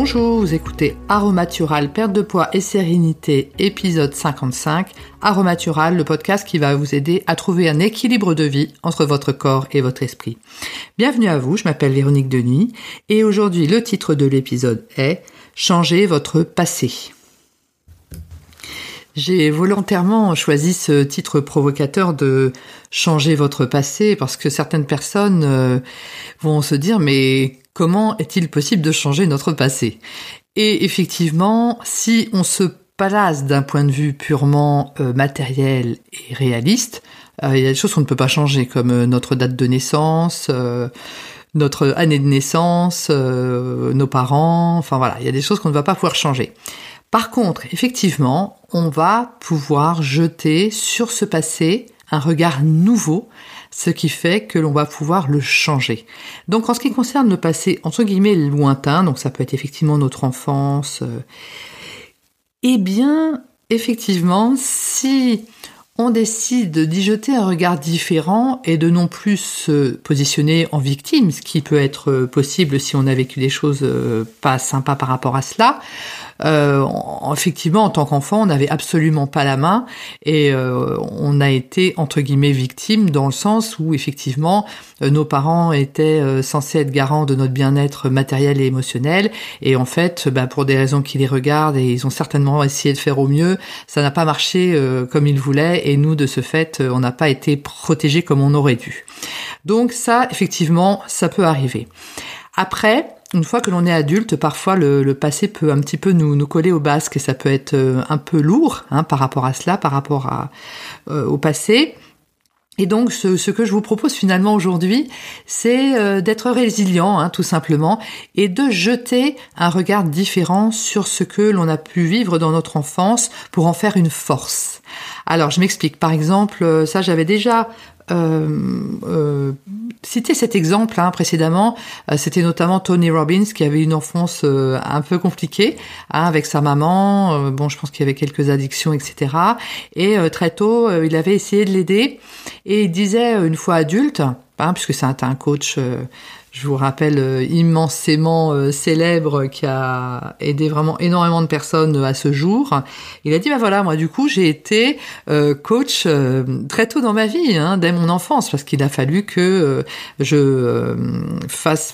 Bonjour, vous écoutez Aromatural, perte de poids et sérénité, épisode 55. Aromatural, le podcast qui va vous aider à trouver un équilibre de vie entre votre corps et votre esprit. Bienvenue à vous, je m'appelle Véronique Denis et aujourd'hui le titre de l'épisode est « Changer votre passé ». J'ai volontairement choisi ce titre provocateur de « Changer votre passé » parce que certaines personnes vont se dire « mais comment est-il possible de changer notre passé ?» Et effectivement, si on se place d'un point de vue purement matériel et réaliste, il y a des choses qu'on ne peut pas changer comme notre date de naissance, notre année de naissance, nos parents, enfin voilà, il y a des choses qu'on ne va pas pouvoir changer. Par contre, effectivement, on va pouvoir jeter sur ce passé un regard nouveau, ce qui fait que l'on va pouvoir le changer. Donc en ce qui concerne le passé, entre guillemets, lointain, donc ça peut être effectivement notre enfance, eh bien, effectivement, si on décide d'y jeter un regard différent et de non plus se positionner en victime, ce qui peut être possible si on a vécu des choses pas sympas par rapport à cela, effectivement, en tant qu'enfant, on n'avait absolument pas la main et on a été, entre guillemets, victime dans le sens où, effectivement, nos parents étaient censés être garants de notre bien-être matériel et émotionnel et en fait, pour des raisons qui les regardent et ils ont certainement essayé de faire au mieux, ça n'a pas marché comme ils voulaient et nous, de ce fait, on n'a pas été protégés comme on aurait dû. Donc ça, effectivement, ça peut arriver. Après, une fois que l'on est adulte, parfois le passé peut un petit peu nous coller au basque et ça peut être un peu lourd par rapport à cela, par rapport au passé. Et donc, ce que je vous propose finalement aujourd'hui, c'est d'être résilient, tout simplement, et de jeter un regard différent sur ce que l'on a pu vivre dans notre enfance pour en faire une force. Alors, je m'explique. Par exemple, ça, j'avais déjà cité cet exemple précédemment. C'était notamment Tony Robbins qui avait une enfance un peu compliquée avec sa maman. Je pense qu'il y avait quelques addictions, etc. Et très tôt, il avait essayé de l'aider. Et il disait une fois adulte, puisque c'est un coach, je vous rappelle, immensément célèbre, qui a aidé vraiment énormément de personnes à ce jour. Il a dit, moi du coup, j'ai été coach très tôt dans ma vie, dès mon enfance, parce qu'il a fallu que je fasse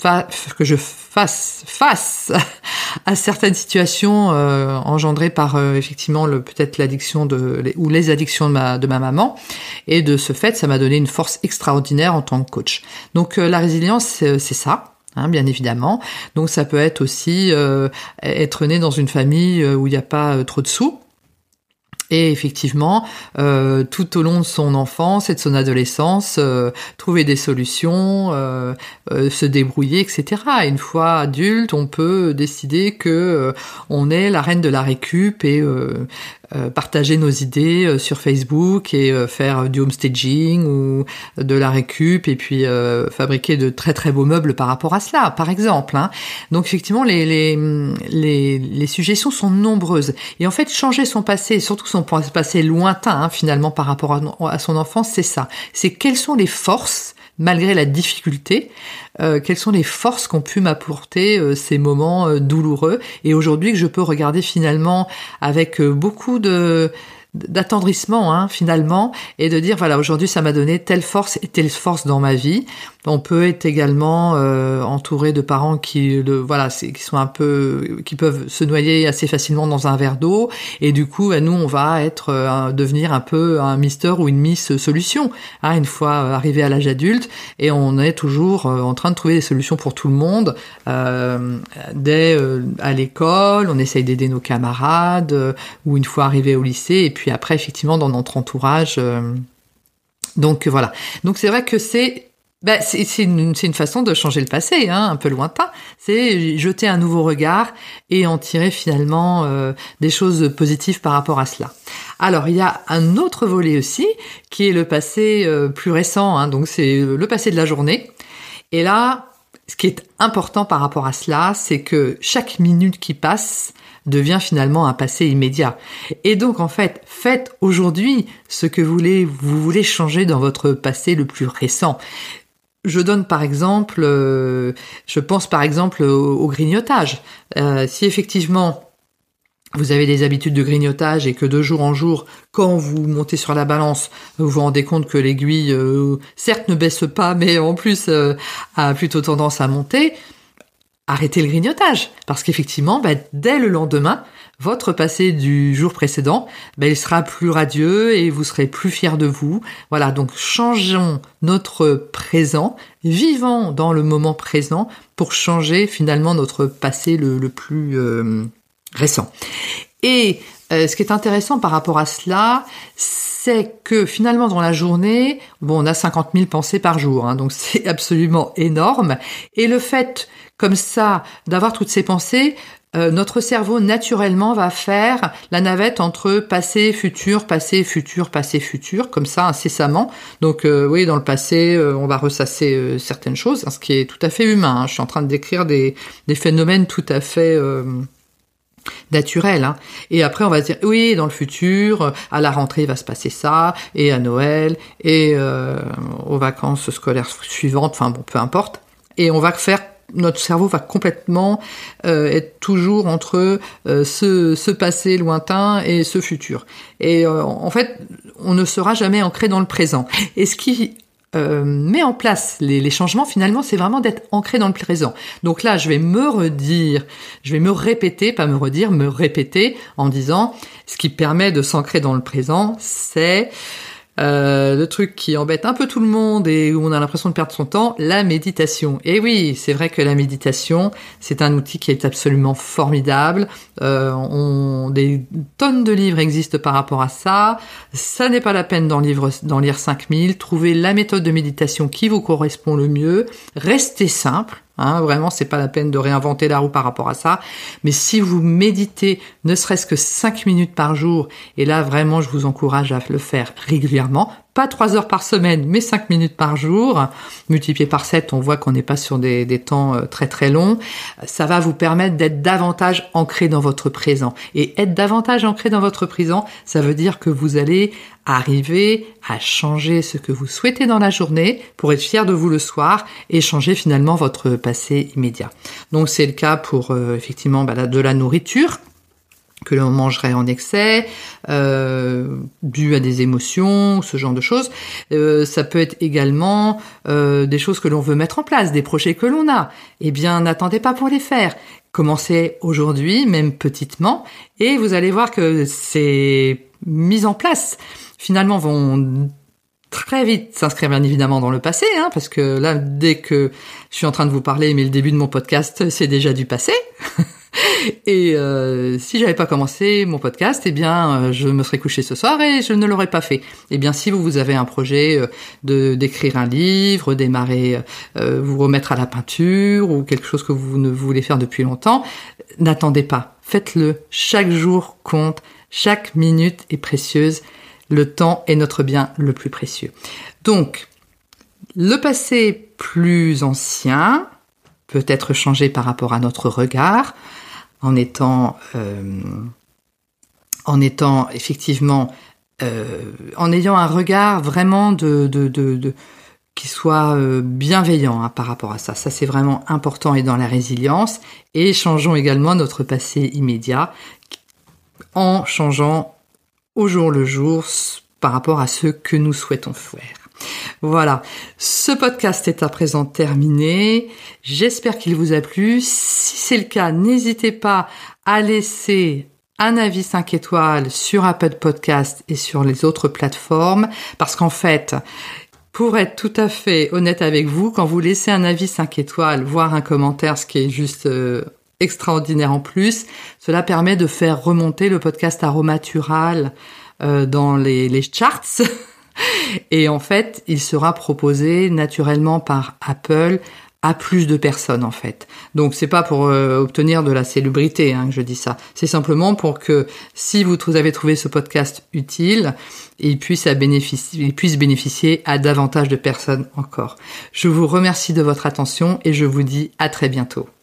face à certaines situations engendrées par effectivement peut-être l'addiction ou les addictions de ma maman. Et de ce fait, ça m'a donné une force extraordinaire en tant que coach. Donc la résilience, c'est ça. Bien évidemment. Donc ça peut être aussi être né dans une famille où il n'y a pas trop de sous. Et effectivement, tout au long de son enfance et de son adolescence, trouver des solutions, se débrouiller, etc. Et une fois adulte, on peut décider que on est la reine de la récup et partager nos idées sur Facebook et faire du homestaging ou de la récup et puis fabriquer de très très beaux meubles par rapport à cela, par exemple. Donc effectivement, les suggestions sont nombreuses. Et en fait, changer son passé, et surtout son passé lointain, finalement, par rapport à son enfance, c'est ça. C'est quelles sont les forces malgré la difficulté, quelles sont les forces qu'ont pu m'apporter ces moments douloureux et aujourd'hui que je peux regarder finalement avec beaucoup d'attendrissement finalement et de dire aujourd'hui ça m'a donné telle force et telle force dans ma vie. On peut être également entouré de parents qui sont un peu qui peuvent se noyer assez facilement dans un verre d'eau et du coup nous on va devenir un peu un Mister ou une Miss solution une fois arrivé à l'âge adulte et on est toujours en train de trouver des solutions pour tout le monde dès à l'école, on essaye d'aider nos camarades ou une fois arrivé au lycée et puis après effectivement dans notre entourage donc voilà. Donc c'est vrai que c'est une façon de changer le passé, un peu lointain. C'est jeter un nouveau regard et en tirer finalement des choses positives par rapport à cela. Alors, il y a un autre volet aussi, qui est le passé plus récent, donc c'est le passé de la journée. Et là, ce qui est important par rapport à cela, c'est que chaque minute qui passe devient finalement un passé immédiat. Et donc, en fait, faites aujourd'hui ce que vous voulez changer dans votre passé le plus récent. Je donne par exemple, je pense par exemple au grignotage. Si effectivement vous avez des habitudes de grignotage et que de jour en jour, quand vous montez sur la balance, vous vous rendez compte que l'aiguille, certes ne baisse pas, mais en plus a plutôt tendance à monter, arrêtez le grignotage. Parce qu'effectivement, dès le lendemain, votre passé du jour précédent, il sera plus radieux et vous serez plus fier de vous. Voilà, donc changeons notre présent, vivons dans le moment présent pour changer finalement notre passé le plus récent. Et ce qui est intéressant par rapport à cela, c'est que finalement dans la journée, on a 50 000 pensées par jour, donc c'est absolument énorme. Et le fait comme ça d'avoir toutes ces pensées, notre cerveau naturellement va faire la navette entre passé, futur, comme ça incessamment. Donc oui, dans le passé, on va ressasser certaines choses, ce qui est tout à fait humain. Je suis en train de décrire des phénomènes tout à fait naturel, Et après, on va se dire, oui, dans le futur, à la rentrée, il va se passer ça, et à Noël, et aux vacances scolaires suivantes, peu importe. Et on va faire, notre cerveau va complètement être toujours entre ce passé lointain et ce futur. Et en fait, on ne sera jamais ancré dans le présent. Et ce qui met en place les changements, finalement, c'est vraiment d'être ancré dans le présent. Donc là, je vais me répéter en disant, ce qui permet de s'ancrer dans le présent, c'est le truc qui embête un peu tout le monde et où on a l'impression de perdre son temps, la méditation. Et oui, c'est vrai que la méditation, c'est un outil qui est absolument formidable. Des tonnes de livres existent par rapport à ça. Ça n'est pas la peine d'en lire 5000. Trouvez la méthode de méditation qui vous correspond le mieux. Restez simple. Vraiment, c'est pas la peine de réinventer la roue par rapport à ça. Mais si vous méditez ne serait-ce que 5 minutes par jour, et là vraiment je vous encourage à le faire régulièrement, pas 3 heures par semaine, mais 5 minutes par jour, multiplié par 7, on voit qu'on n'est pas sur des temps très très longs, ça va vous permettre d'être davantage ancré dans votre présent. Et être davantage ancré dans votre présent, ça veut dire que vous allez arriver à changer ce que vous souhaitez dans la journée pour être fier de vous le soir et changer finalement votre passé immédiat. Donc c'est le cas pour effectivement de la nourriture que l'on mangerait en excès, dû à des émotions, ce genre de choses. Ça peut être également des choses que l'on veut mettre en place, des projets que l'on a. Eh bien, n'attendez pas pour les faire. Commencez aujourd'hui, même petitement, et vous allez voir que ces mises en place, finalement, vont très vite s'inscrire bien évidemment dans le passé, parce que là, dès que je suis en train de vous parler, mais le début de mon podcast, c'est déjà du passé. Et si j'avais pas commencé mon podcast, je me serais couché ce soir et je ne l'aurais pas fait. Eh bien, si vous avez un projet d'écrire un livre, démarrer, vous remettre à la peinture ou quelque chose que vous ne voulez faire depuis longtemps, n'attendez pas. Faites-le. Chaque jour compte. Chaque minute est précieuse. Le temps est notre bien le plus précieux. Donc, le passé plus ancien peut être changé par rapport à notre regard, en ayant un regard vraiment qui soit bienveillant par rapport à ça. Ça, c'est vraiment important et dans la résilience. Et changeons également notre passé immédiat en changeant au jour le jour par rapport à ce que nous souhaitons faire. Voilà, ce podcast est à présent terminé. J'espère qu'il vous a plu. Si c'est le cas, n'hésitez pas à laisser un avis 5 étoiles sur Apple Podcast et sur les autres plateformes, parce qu'en fait, pour être tout à fait honnête avec vous, quand vous laissez un avis 5 étoiles, voire un commentaire, ce qui est juste extraordinaire en plus, cela permet de faire remonter le podcast Aromatural dans les charts. Et en fait, il sera proposé naturellement par Apple à plus de personnes en fait. Donc c'est pas pour obtenir de la célébrité que je dis ça. C'est simplement pour que si vous avez trouvé ce podcast utile, il puisse bénéficier à davantage de personnes encore. Je vous remercie de votre attention et je vous dis à très bientôt.